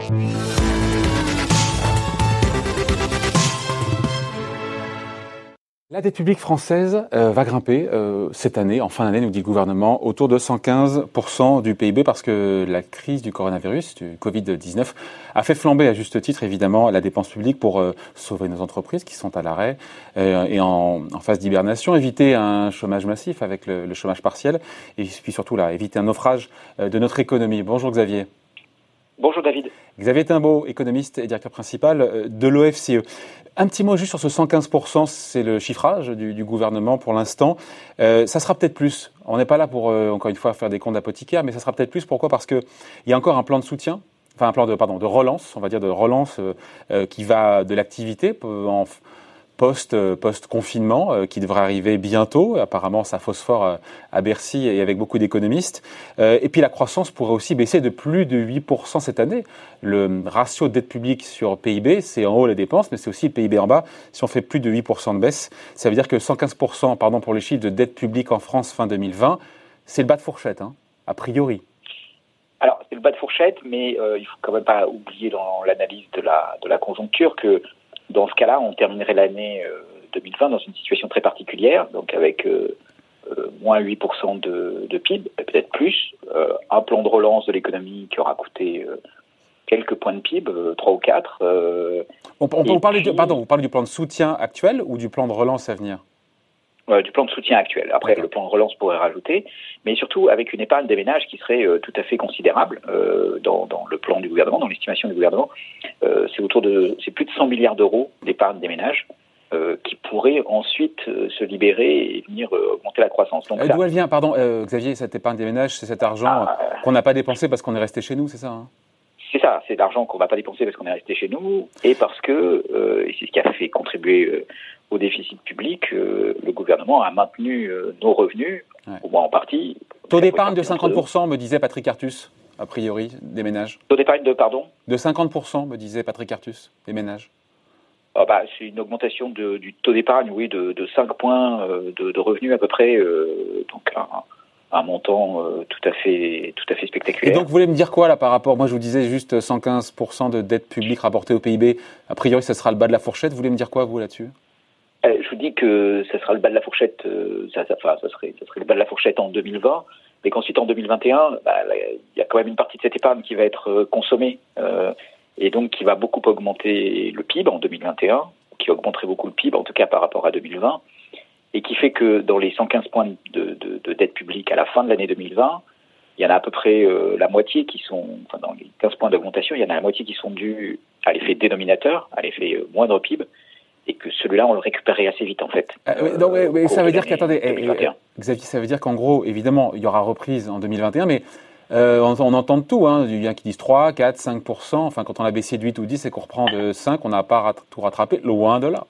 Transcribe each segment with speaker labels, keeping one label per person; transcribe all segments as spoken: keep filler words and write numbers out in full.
Speaker 1: La dette publique française euh, va grimper euh, cette année, en fin d'année, nous dit le gouvernement, autour de cent quinze pour cent du P I B parce que la crise du coronavirus, du covid dix-neuf, a fait flamber à juste titre évidemment la dépense publique pour euh, sauver nos entreprises qui sont à l'arrêt euh, et en, en phase d'hibernation, éviter un chômage massif avec le, le chômage partiel et puis surtout là, éviter un naufrage euh, de notre économie. Bonjour Xavier.
Speaker 2: Bonjour David.
Speaker 1: Xavier Timbaud, économiste et directeur principal de l'O F C E. Un petit mot juste sur ce cent quinze pour cent, c'est le chiffrage du, du gouvernement pour l'instant. Euh, ça sera peut-être plus. On n'est pas là pour, euh, encore une fois, faire des comptes d'apothicaire, mais ça sera peut-être plus. Pourquoi ? Parce qu'il y a encore un plan de soutien, enfin un plan de, pardon, de relance, on va dire de relance euh, euh, qui va de l'activité en post, post-confinement, euh, qui devrait arriver bientôt. Apparemment, ça phosphore euh, à Bercy et avec beaucoup d'économistes. Euh, et puis la croissance pourrait aussi baisser de plus de huit pour cent cette année. Le ratio de dette publique sur P I B, c'est en haut les dépenses, mais c'est aussi le P I B en bas. Si on fait plus de huit pour cent de baisse, ça veut dire que cent quinze pour cent, pardon pour les chiffres, de dette publique en France fin deux mille vingt, c'est le bas de fourchette, hein, a priori.
Speaker 2: Alors, c'est le bas de fourchette, mais euh, il ne faut quand même pas oublier dans l'analyse de la, de la conjoncture que dans ce cas-là, on terminerait l'année euh, deux mille vingt dans une situation très particulière, donc avec euh, euh, moins huit pour cent de, de P I B, peut-être plus, euh, un plan de relance de l'économie qui aura coûté euh, quelques points de P I B, euh, trois ou quatre. Euh,
Speaker 1: on, on, on parle du, pardon, vous parlez du plan de soutien actuel ou du plan de relance à venir ?
Speaker 2: Euh, du plan de soutien actuel. Après, okay. Le plan de relance pourrait rajouter, mais surtout avec une épargne des ménages qui serait euh, tout à fait considérable euh, dans, dans le plan du gouvernement, dans l'estimation du gouvernement. Euh, c'est autour de, c'est plus de cent milliards d'euros d'épargne des ménages euh, qui pourraient ensuite euh, se libérer et venir euh, augmenter la croissance.
Speaker 1: Donc, euh, d'où elle vient, pardon, euh, Xavier, cette épargne des ménages, c'est cet argent ah, euh, qu'on n'a pas dépensé parce qu'on est resté chez nous, c'est ça hein ?
Speaker 2: C'est ça, c'est l'argent qu'on ne va pas dépenser parce qu'on est resté chez nous et parce que, euh, et c'est ce qui a fait contribuer euh, au déficit public, euh, le gouvernement a maintenu euh, nos revenus, ouais. Au moins en partie.
Speaker 1: Taux d'épargne de cinquante pour cent, me disait Patrick Artus, a priori, des ménages.
Speaker 2: Taux d'épargne de, pardon ?
Speaker 1: De cinquante pour cent, me disait Patrick Artus, des ménages.
Speaker 2: Ah bah, c'est une augmentation de, du taux d'épargne, oui, de, de cinq points euh, de, de revenus à peu près, euh, donc un, un montant euh, tout à fait, tout à fait spectaculaire.
Speaker 1: Et donc, vous voulez me dire quoi là par rapport ? Moi, je vous disais juste cent quinze pour cent de dette publique rapportée au P I B. A priori, ça sera le bas de la fourchette. Vous voulez me dire quoi, vous, là-dessus ?
Speaker 2: euh, Je vous dis que ça sera le bas de la fourchette. Euh, ça, ça, enfin, ça serait, ça serait le bas de la fourchette en deux mille vingt, mais qu'ensuite en deux mille vingt et un, bah, il y a quand même une partie de cette épargne qui va être euh, consommée euh, et donc qui va beaucoup augmenter le P I B en deux mille vingt et un, qui augmenterait beaucoup le P I B, en tout cas par rapport à deux mille vingt. Et qui fait que dans les cent quinze points de, de, de dette publique à la fin de l'année deux mille vingt, il y en a à peu près euh, la moitié qui sont, enfin dans les quinze points d'augmentation, il y en a la moitié qui sont dus à l'effet dénominateur, à l'effet euh, moindre P I B, et que celui-là, on le récupérerait assez vite en fait.
Speaker 1: Euh, euh, donc, euh, mais ça veut dire qu'attendez, euh, Xavier, ça veut dire qu'en gros, évidemment, il y aura reprise en deux mille vingt et un, mais euh, on, on entend de tout, hein. Il y en a qui disent trois, quatre, cinq pour cent, enfin quand on a baissé de huit ou dix et qu'on reprend de cinq, on n'a pas rat- tout rattrapé, loin de là.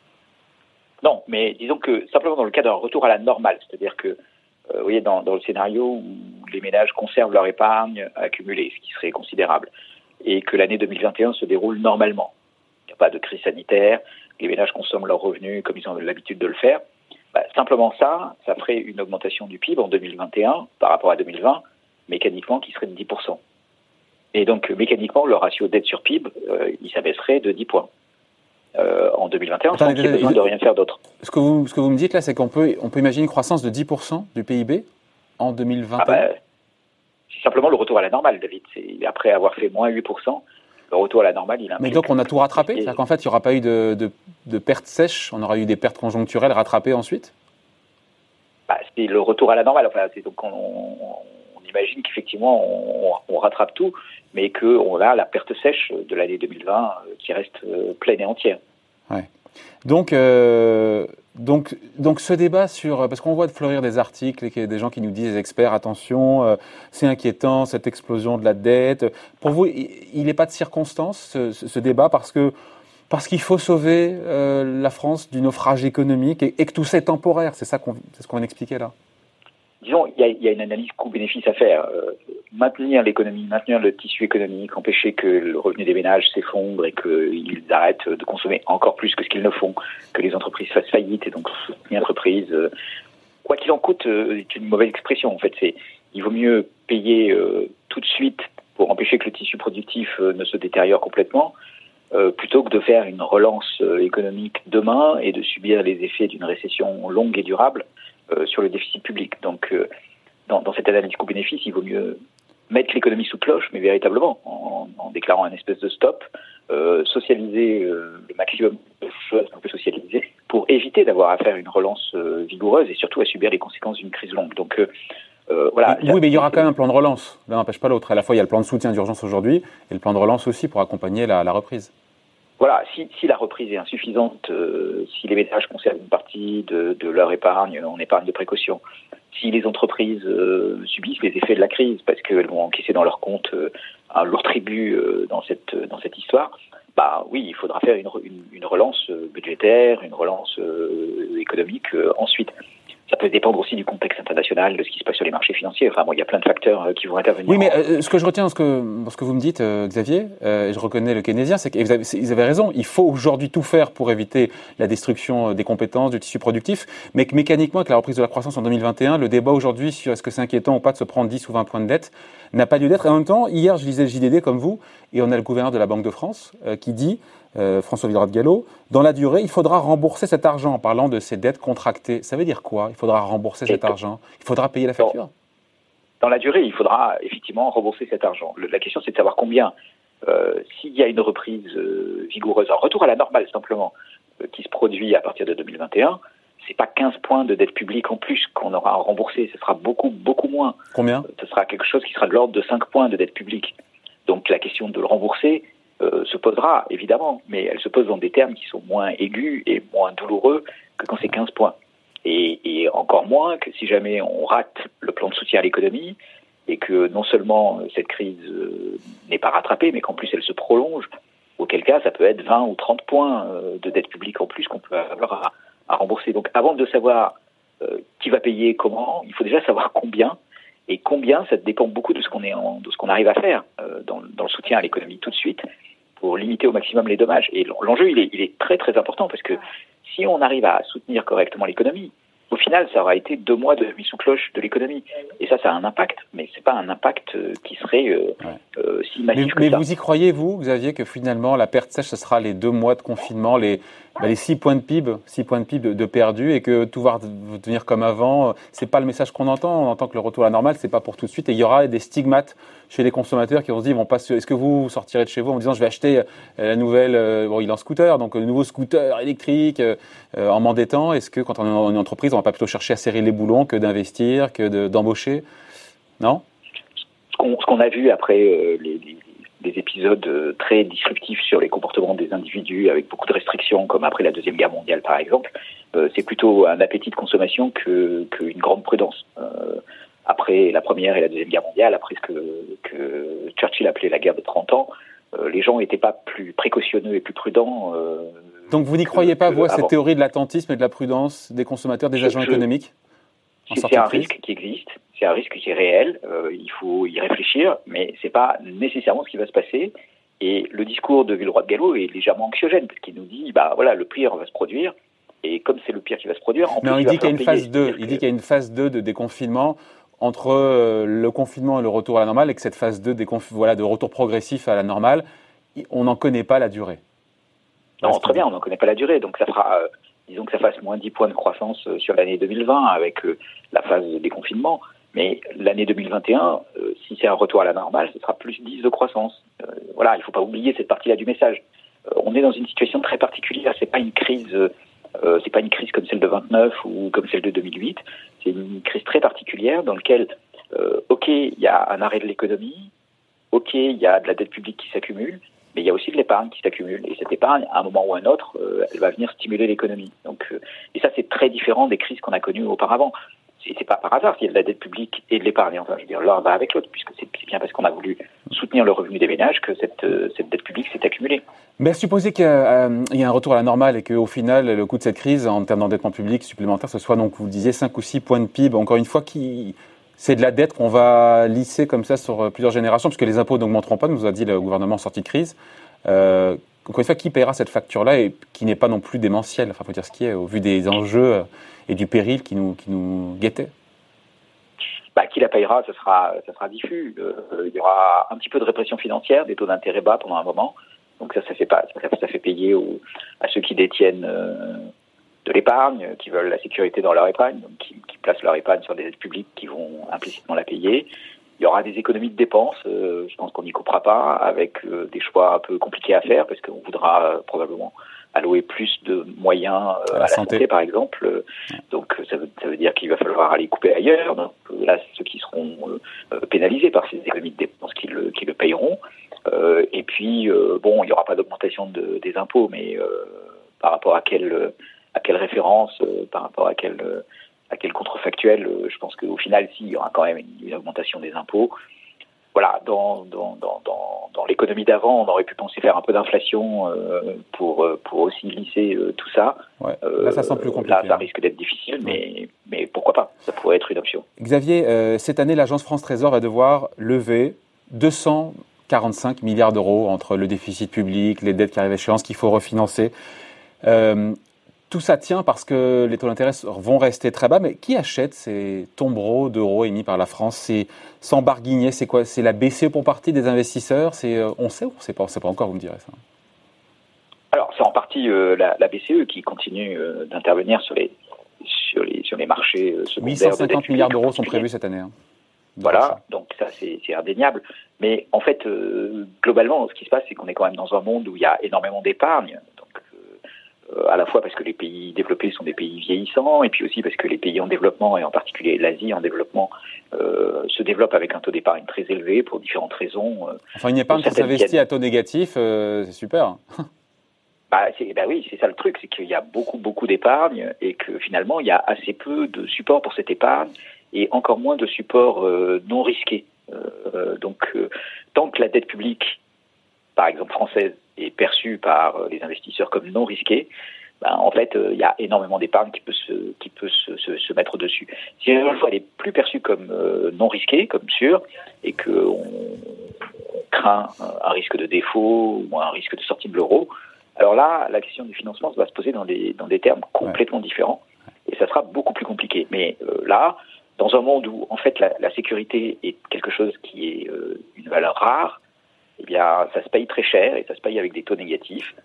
Speaker 2: Non, mais disons que simplement dans le cas d'un retour à la normale, c'est-à-dire que, euh, vous voyez, dans, dans le scénario où les ménages conservent leur épargne accumulée, ce qui serait considérable, et que l'année deux mille vingt et un se déroule normalement, il n'y a pas de crise sanitaire, les ménages consomment leurs revenus comme ils ont l'habitude de le faire, bah, simplement ça, ça ferait une augmentation du P I B en deux mille vingt et un par rapport à deux mille vingt, mécaniquement qui serait de dix pour cent. Et donc, mécaniquement, le ratio dette sur P I B, euh, il s'abaisserait de dix points. Euh, en deux mille vingt et un, sans qu'il y ait besoin de rien faire d'autre.
Speaker 1: Ce que vous, ce que vous me dites là, c'est qu'on peut, on peut imaginer une croissance de dix pour cent du P I B en deux mille vingt et un.
Speaker 2: Ah bah, c'est simplement le retour à la normale, David. C'est, après avoir fait moins huit pour cent, le retour à la normale, il a...
Speaker 1: Mais donc on a tout rattrapé ? C'est-à-dire qu'en fait, il n'y aura pas eu de, de, de pertes sèches, on aura eu des pertes conjoncturelles rattrapées ensuite ?
Speaker 2: Bah, c'est le retour à la normale. Enfin, c'est donc on, on, on imagine qu'effectivement, on, on rattrape tout, mais qu'on a la perte sèche de l'année deux mille vingt euh, qui reste euh, pleine et entière.
Speaker 1: Ouais. Donc, euh, donc, donc ce débat sur, parce qu'on voit de fleurir des articles et qu'il y a des gens qui nous disent, des experts, attention, euh, c'est inquiétant cette explosion de la dette. Pour vous, il n'est pas de circonstance ce, ce débat parce que parce qu'il faut sauver euh, la France du naufrage économique et, et que tout ça est temporaire. C'est ça qu'on, c'est ce qu'on vient d'expliquer là.
Speaker 2: Disons, il y a, il y a une analyse coût-bénéfice à faire. Euh, maintenir l'économie, maintenir le tissu économique, empêcher que le revenu des ménages s'effondre et qu'ils arrêtent de consommer encore plus que ce qu'ils ne font, que les entreprises fassent faillite et donc soutenir l'entreprise. Euh, quoi qu'il en coûte, euh, c'est une mauvaise expression. En fait, c'est, il vaut mieux payer euh, tout de suite pour empêcher que le tissu productif euh, ne se détériore complètement, euh, plutôt que de faire une relance euh, économique demain et de subir les effets d'une récession longue et durable euh, sur le déficit public. Donc, euh, dans, dans cette analyse coût-bénéfice, il vaut mieux mettre l'économie sous cloche, mais véritablement, en, en déclarant un espèce de stop, euh, socialiser euh, le maximum de choses qu'on peut socialiser pour éviter d'avoir à faire une relance euh, vigoureuse et surtout à subir les conséquences d'une crise longue. Donc, euh, euh, voilà.
Speaker 1: Oui, mais il y aura quand même un plan de relance. L'un n'empêche pas l'autre. À la fois, il y a le plan de soutien d'urgence aujourd'hui et le plan de relance aussi pour accompagner la, la reprise.
Speaker 2: Voilà, si, si la reprise est insuffisante, euh, si les ménages conservent une partie de, de leur épargne en épargne de précaution, si les entreprises euh, subissent les effets de la crise parce qu'elles vont encaisser dans leur compte euh, un lourd tribut euh, dans cette dans cette histoire, bah oui, il faudra faire une, une, une relance budgétaire, une relance euh, économique euh, ensuite. Ça peut dépendre aussi du contexte international, de ce qui se passe sur les marchés financiers. Enfin, bon, il y a plein de facteurs euh, qui vont intervenir.
Speaker 1: Oui, mais euh, ce que je retiens dans ce que, dans ce que vous me dites, euh, Xavier, euh, et je reconnais le keynésien, c'est que vous avez, vous avez raison. Il faut aujourd'hui tout faire pour éviter la destruction des compétences, du tissu productif, mais que mécaniquement, avec la reprise de la croissance en deux mille vingt et un, le débat aujourd'hui sur est-ce que c'est inquiétant ou pas de se prendre dix ou vingt points de dette n'a pas lieu d'être. Et en même temps, hier, je lisais le J D D comme vous, et on a le gouverneur de la Banque de France euh, qui dit, euh, François Villeroy de Galhau, dans la durée, il faudra rembourser cet argent en parlant de ces dettes contractées. Ça veut dire quoi? Il faudra rembourser cet argent? Il faudra payer la facture?
Speaker 2: Dans la durée, il faudra effectivement rembourser cet argent. Le, la question, c'est de savoir combien. Euh, s'il y a une reprise euh, vigoureuse, un retour à la normale simplement, euh, qui se produit à partir de deux mille vingt et un, c'est pas quinze points de dette publique en plus qu'on aura à rembourser. Ce sera beaucoup, beaucoup moins.
Speaker 1: Combien?
Speaker 2: Euh, ce sera quelque chose qui sera de l'ordre de cinq points de dette publique. Donc la question de le rembourser euh, se posera, évidemment, mais elle se pose dans des termes qui sont moins aigus et moins douloureux que quand c'est quinze points. Et, et encore moins que si jamais on rate le plan de soutien à l'économie et que non seulement cette crise euh, n'est pas rattrapée, mais qu'en plus elle se prolonge, auquel cas ça peut être vingt ou trente points euh, de dette publique en plus qu'on peut avoir à, à rembourser. Donc avant de savoir euh, qui va payer, comment, il faut déjà savoir combien. Et combien, ça dépend beaucoup de ce qu'on est en, de ce qu'on arrive à faire euh, dans, dans le soutien à l'économie tout de suite pour limiter au maximum les dommages. Et l'enjeu, il est, il est très très important parce que si on arrive à soutenir correctement l'économie, au final, ça aura été deux mois de mise sous cloche de l'économie. Et ça, ça a un impact, mais c'est pas un impact qui serait euh,
Speaker 1: ouais.
Speaker 2: euh, si massif
Speaker 1: mais,
Speaker 2: que
Speaker 1: mais
Speaker 2: ça.
Speaker 1: Mais vous y croyez, vous, Xavier, que finalement, la perte sèche, ce sera les deux mois de confinement, les, bah, les six points de P I B, six points de P I B de, de perdus, et que tout va devenir comme avant? C'est pas le message qu'on entend. On entend que le retour à la normale, c'est pas pour tout de suite. Et il y aura des stigmates chez les consommateurs qui vont se dire, vont pas, est-ce que vous sortirez de chez vous en disant, je vais acheter la nouvelle, euh, bon, il est en scooter, donc le nouveau scooter électrique, euh, en m'endettant. Est-ce que quand on est en une entreprise, on va pas plutôt chercher à serrer les boulons que d'investir, que de, d'embaucher? Non?
Speaker 2: Ce qu'on, ce qu'on a vu après euh, les, les, les épisodes euh, très disruptifs sur les comportements des individus avec beaucoup de restrictions, comme après la Deuxième Guerre mondiale par exemple, euh, c'est plutôt un appétit de consommation que, qu'une grande prudence. Euh, après la Première et la Deuxième Guerre mondiale, après ce que, que Churchill appelait la guerre de trente ans, euh, les gens n'étaient pas plus précautionneux et plus prudents. Euh,
Speaker 1: Donc vous n'y croyez pas, vous, à
Speaker 2: avant.
Speaker 1: cette théorie de l'attentisme et de la prudence des consommateurs, des
Speaker 2: je,
Speaker 1: agents
Speaker 2: je,
Speaker 1: économiques?
Speaker 2: C'est, c'est un risque qui existe, c'est un risque qui est réel, euh, il faut y réfléchir, mais c'est pas nécessairement ce qui va se passer. Et le discours de Villeroy de Galhau est légèrement anxiogène, parce qu'il nous dit, bah voilà, le pire va se produire, et comme c'est le pire qui va se produire, en
Speaker 1: Mais
Speaker 2: plus,
Speaker 1: il,
Speaker 2: il,
Speaker 1: dit qu'il y a une phase
Speaker 2: payer.
Speaker 1: deux. Il dit qu'il y a une phase deux de déconfinement entre euh, le confinement et le retour à la normale, et que cette phase deux déconf... voilà, de retour progressif à la normale, on n'en connaît pas la durée.
Speaker 2: Non, voilà, très bien, on n'en connaît pas la durée, donc ça fera, euh, disons que ça fasse moins dix points de croissance euh, sur l'année deux mille vingt avec euh, la phase de déconfinement, mais l'année deux mille vingt et un, euh, si c'est un retour à la normale, ce sera plus dix de croissance. Euh, voilà, il ne faut pas oublier cette partie-là du message. Euh, on est dans une situation très particulière, c'est pas une crise... Euh, Euh, c'est pas une crise comme celle de vingt-neuf ou comme celle de deux mille huit. C'est une crise très particulière dans laquelle, euh, ok, il y a un arrêt de l'économie, ok, il y a de la dette publique qui s'accumule, mais il y a aussi de l'épargne qui s'accumule. Et cette épargne, à un moment ou à un autre, euh, elle va venir stimuler l'économie. Donc, euh, et ça, c'est très différent des crises qu'on a connues auparavant. C'est, c'est pas par hasard s'il y a de la dette publique et de l'épargne. Enfin, je veux dire, l'un va avec l'autre, puisque c'est, c'est bien parce qu'on a voulu soutenir le revenu des ménages que cette, euh, cette dette publique s'est accumulée.
Speaker 1: Mais supposez qu'il y a, euh, il y a un retour à la normale et qu'au final, le coût de cette crise, en termes d'endettement public supplémentaire, ce soit, donc, vous le disiez, cinq ou six points de P I B. Encore une fois, qui, c'est de la dette qu'on va lisser comme ça sur plusieurs générations, puisque les impôts n'augmenteront pas, nous a dit le gouvernement en sortie de crise. Euh, encore une fois, qui paiera cette facture-là et qui n'est pas non plus démentielle? Enfin, il faut dire ce qui est, au vu des enjeux et du péril qui nous, qui nous guettait.
Speaker 2: bah, qui la payera, ça sera, ça sera diffus. Euh, il y aura un petit peu de répression financière, des taux d'intérêt bas pendant un moment. Donc ça, ça fait pas, ça, ça fait payer aux, à ceux qui détiennent euh, de l'épargne, qui veulent la sécurité dans leur épargne, donc qui, qui placent leur épargne sur des aides publiques qui vont implicitement la payer. Il y aura des économies de dépenses, euh, je pense qu'on n'y coupera pas, avec euh, des choix un peu compliqués à faire, parce qu'on voudra euh, probablement allouer plus de moyens euh, à, la à la santé, santé par exemple. Ouais. Donc ça veut, ça veut dire qu'il va falloir aller couper ailleurs. Donc là, ceux qui seront euh, pénalisés par ces économies de dépenses qui le, qui le payeront. Euh, et puis, euh, bon, il n'y aura pas d'augmentation de, des impôts, mais euh, par rapport à quelle, à quelle référence, euh, par rapport à quel, à quel contrefactuel, euh, je pense qu'au final, si, il y aura quand même une, une augmentation des impôts. Voilà, dans, dans, dans, dans, dans l'économie d'avant, on aurait pu penser faire un peu d'inflation euh, pour, pour aussi lisser euh, tout ça.
Speaker 1: Ouais, là, ça semble plus compliqué.
Speaker 2: Là, ça risque d'être difficile, mais, ouais. mais pourquoi pas, ça pourrait être une option.
Speaker 1: Xavier, euh, cette année, l'agence France Trésor va devoir lever deux cent quarante-cinq milliards d'euros entre le déficit public, les dettes qui arrivent à échéance, qu'il faut refinancer. Euh, tout ça tient parce que les taux d'intérêt vont rester très bas, mais qui achète ces tombereaux d'euros émis par la France? C'est sans barguigner, c'est quoi? C'est la B C E pour partie des investisseurs? C'est, euh, on sait ou on ne sait pas? On ne sait pas encore, vous me direz ça.
Speaker 2: Alors, c'est en partie euh, la, la B C E qui continue euh, d'intervenir sur les, sur, les, sur les marchés euh, secondaires.
Speaker 1: huit cent cinquante milliards d'euros sont prévus cette année. Hein.
Speaker 2: Voilà, donc ça c'est, c'est indéniable. Mais en fait, euh, globalement, ce qui se passe, c'est qu'on est quand même dans un monde où il y a énormément d'épargne. Donc, euh, à la fois parce que les pays développés sont des pays vieillissants, et puis aussi parce que les pays en développement, et en particulier l'Asie en développement, euh, se développent avec un taux d'épargne très élevé pour différentes raisons. Euh,
Speaker 1: enfin, une épargne qui s'investit tiennent... à taux négatif, euh, c'est super.
Speaker 2: Bah, c'est, bah oui, c'est ça le truc, c'est qu'il y a beaucoup, beaucoup d'épargne, et que finalement, il y a assez peu de support pour cette épargne, et encore moins de support euh, non risqué. Euh, donc, euh, tant que la dette publique, par exemple française, est perçue par euh, les investisseurs comme non risquée, ben, en fait, il euh, y a énormément d'épargne qui peut se, qui peut se, se, se mettre dessus. Si une fois elle est plus perçue comme euh, non risquée, comme sûre, et qu'on on craint un risque de défaut ou un risque de sortie de l'euro, alors là, la question du financement va se poser dans des, dans des termes complètement ouais. différents, et ça sera beaucoup plus compliqué. Mais euh, là, dans un monde où, en fait, la, la sécurité est quelque chose qui est euh, une valeur rare, eh bien, ça se paye très cher et ça se paye avec des taux négatifs.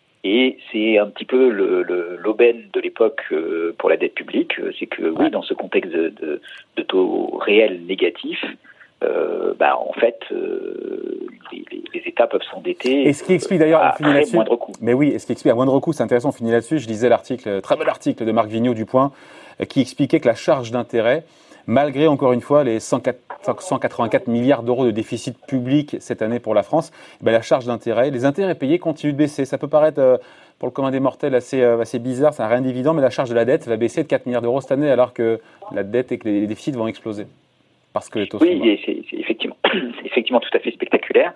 Speaker 2: Et c'est un petit peu le, le, l'aubaine de l'époque euh, pour la dette publique. C'est que, oui, dans ce contexte de, de, de taux réels négatifs, euh, bah, en fait, euh, les, les, les États peuvent s'endetter.
Speaker 1: Et ce qui explique d'ailleurs,
Speaker 2: à
Speaker 1: on finit
Speaker 2: très
Speaker 1: là-dessus.
Speaker 2: moindre coût.
Speaker 1: Mais oui, et ce qui explique à moindre coût, c'est intéressant, on finit là-dessus. Je lisais l'article, très bel article de Marc Vigneault du Point, qui expliquait que la charge d'intérêt, malgré encore une fois les cent quatre-vingt-quatre milliards d'euros de déficit public cette année pour la France, ben la charge d'intérêt, les intérêts payés continuent de baisser. Ça peut paraître euh, pour le commun des mortels assez, euh, assez bizarre, ça n'a rien d'évident, mais la charge de la dette va baisser de quatre milliards d'euros cette année alors que la dette et que les déficits vont exploser. Parce que les taux
Speaker 2: oui,
Speaker 1: sont bas.
Speaker 2: Oui, c'est, c'est effectivement, c'est effectivement tout à fait spectaculaire.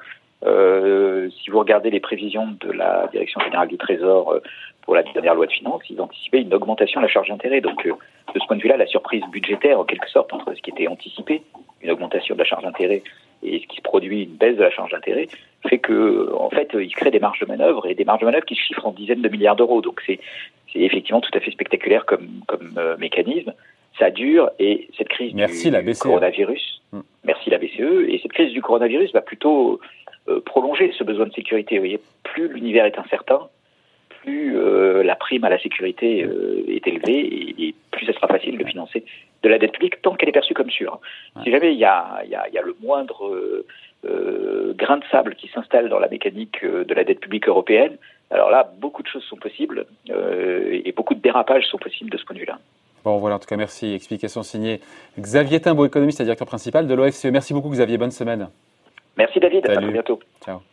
Speaker 2: Euh, si vous regardez les prévisions de la Direction générale du Trésor euh, pour la dernière loi de finances, ils anticipaient une augmentation de la charge d'intérêt. Donc, euh, de ce point de vue-là, la surprise budgétaire, en quelque sorte, entre ce qui était anticipé, une augmentation de la charge d'intérêt, et ce qui se produit, une baisse de la charge d'intérêt, fait que, en fait, ils créent des marges de manœuvre, et des marges de manœuvre qui se chiffrent en dizaines de milliards d'euros. Donc, c'est, c'est effectivement tout à fait spectaculaire comme, comme euh, mécanisme. Ça dure, et cette crise
Speaker 1: merci
Speaker 2: du,
Speaker 1: la B C E.
Speaker 2: du coronavirus, mm. merci la B C E, et cette crise du coronavirus va plutôt euh, prolonger ce besoin de sécurité. Vous voyez, plus l'univers est incertain, plus euh, la prime à la sécurité euh, est élevée, et, et plus ça sera facile de financer de la dette publique tant qu'elle est perçue comme sûre. Ouais. Si jamais il y a, y, a, y a le moindre euh, euh, grain de sable qui s'installe dans la mécanique euh, de la dette publique européenne, alors là, beaucoup de choses sont possibles, euh, et beaucoup de dérapages sont possibles de ce point de vue-là.
Speaker 1: Bon, voilà, en tout cas, merci. Explication signée Xavier Timbaud, économiste et directeur principal de l'O F C E. Merci beaucoup, Xavier. Bonne semaine.
Speaker 2: Merci, David.
Speaker 1: Salut.
Speaker 2: À très bientôt.
Speaker 1: Ciao.